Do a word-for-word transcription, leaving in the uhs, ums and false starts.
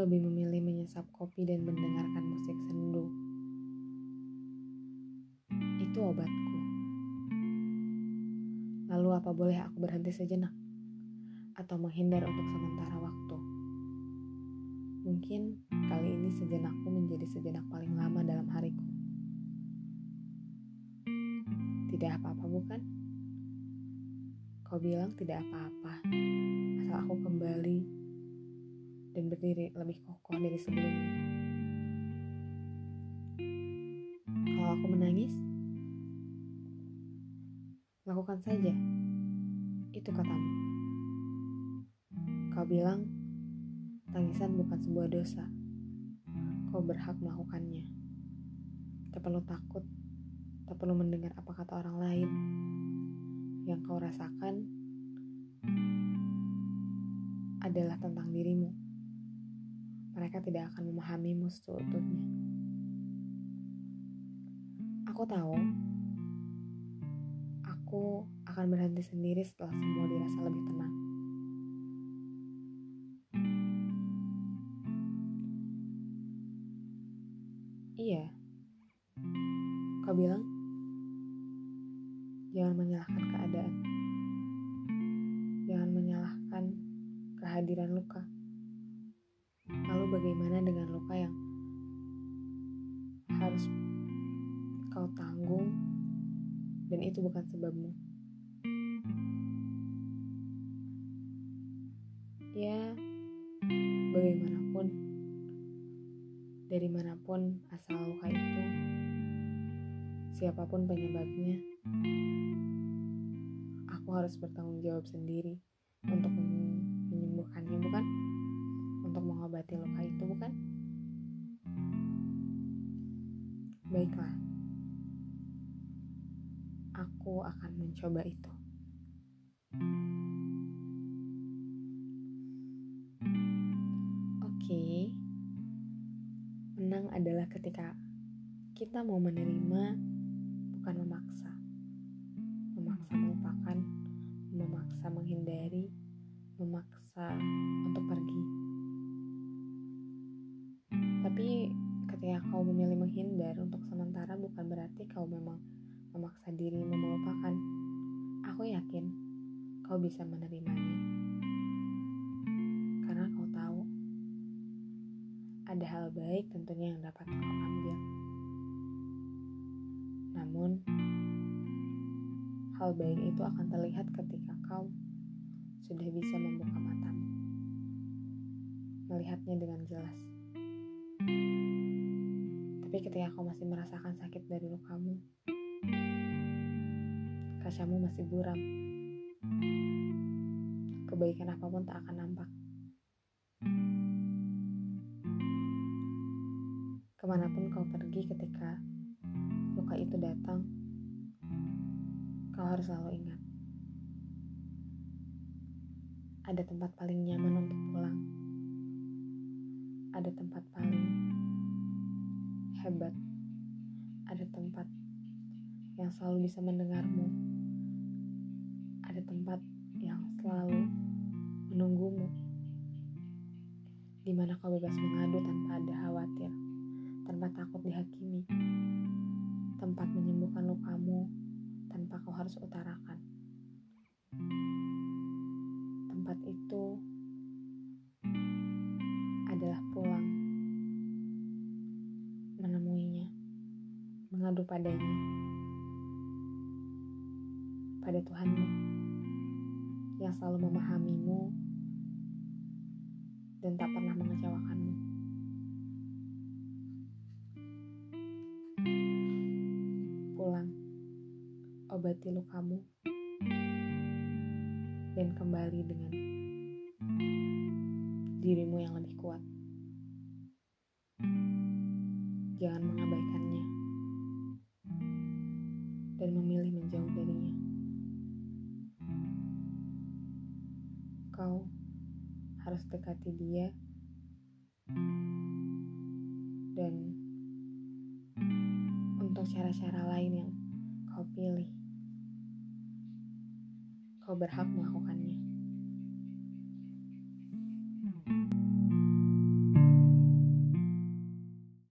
lebih memilih menyesap kopi dan mendengarkan musik sendu. Itu obatku. Lalu apa boleh aku berhenti sejenak? Atau menghindar untuk sementara waktu? Mungkin kali ini sejenakku menjadi sejenak paling lama dalam hariku. Tidak apa-apa bukan? Kau bilang tidak apa-apa, asal aku kembali dan berdiri lebih kokoh dari sebelumnya. Kalau aku menangis, lakukan saja. Itu katamu. Kau bilang, tangisan bukan sebuah dosa. Kau berhak melakukannya. Tak perlu takut, tak perlu mendengar apa kata orang lain. Yang kau rasakan adalah tentang dirimu. Mereka tidak akan memahamimu seutuhnya. Aku tahu, aku akan berhenti sendiri setelah semua dirasa lebih tenang. Iya, kau bilang, jangan menyalahkan keadaan. Jangan menyalahkan kehadiran luka. Lalu bagaimana dengan luka yang harus kau tanggung dan itu bukan sebabmu? Ya, bagaimanapun, dari manapun asal luka itu, siapapun penyebabnya, aku harus bertanggung jawab sendiri untuk menyembuhkannya, bukan? Untuk mengobati luka itu, bukan? Baiklah, aku akan mencoba itu. Oke, menang adalah ketika kita mau menerima, bukan memaksa. Memaksa melupakan, memaksa menghindari, memaksa untuk pergi. Tapi ketika kau memilih menghindar untuk sementara, bukan berarti kau memang memaksa dirimu melupakan. Aku yakin kau bisa menerimanya. Karena kau tahu ada hal baik tentunya yang dapat kau ambil. Namun hal baik itu akan terlihat ketika kau sudah bisa membuka matamu, melihatnya dengan jelas. Tapi ketika kau masih merasakan sakit dari lukamu, kacamu masih buram, kebaikan apapun tak akan nampak. Kemanapun kau pergi ketika luka itu datang, kau harus selalu ingat, ada tempat paling nyaman untuk pulang. Ada tempat paling hebat. Ada tempat yang selalu bisa mendengarmu. Ada tempat yang selalu menunggumu, di mana kau bebas mengadu tanpa ada khawatir, tanpa takut dihakimi. Tempat menyembuhkan lukamu tanpa kau harus utarakan. Tempat itu adalah pulang, menemuinya, mengadu padanya, pada Tuhanmu yang selalu memahamimu dan tak pernah mengecewakanmu. Pulang, obati lukamu, dan kembali dengan dirimu yang lebih kuat. Jangan mengabaikannya dan memilih menjauh darinya. Kau harus dekati dia dan untuk cara-cara lain yang kau pilih, kau berhak melakukannya.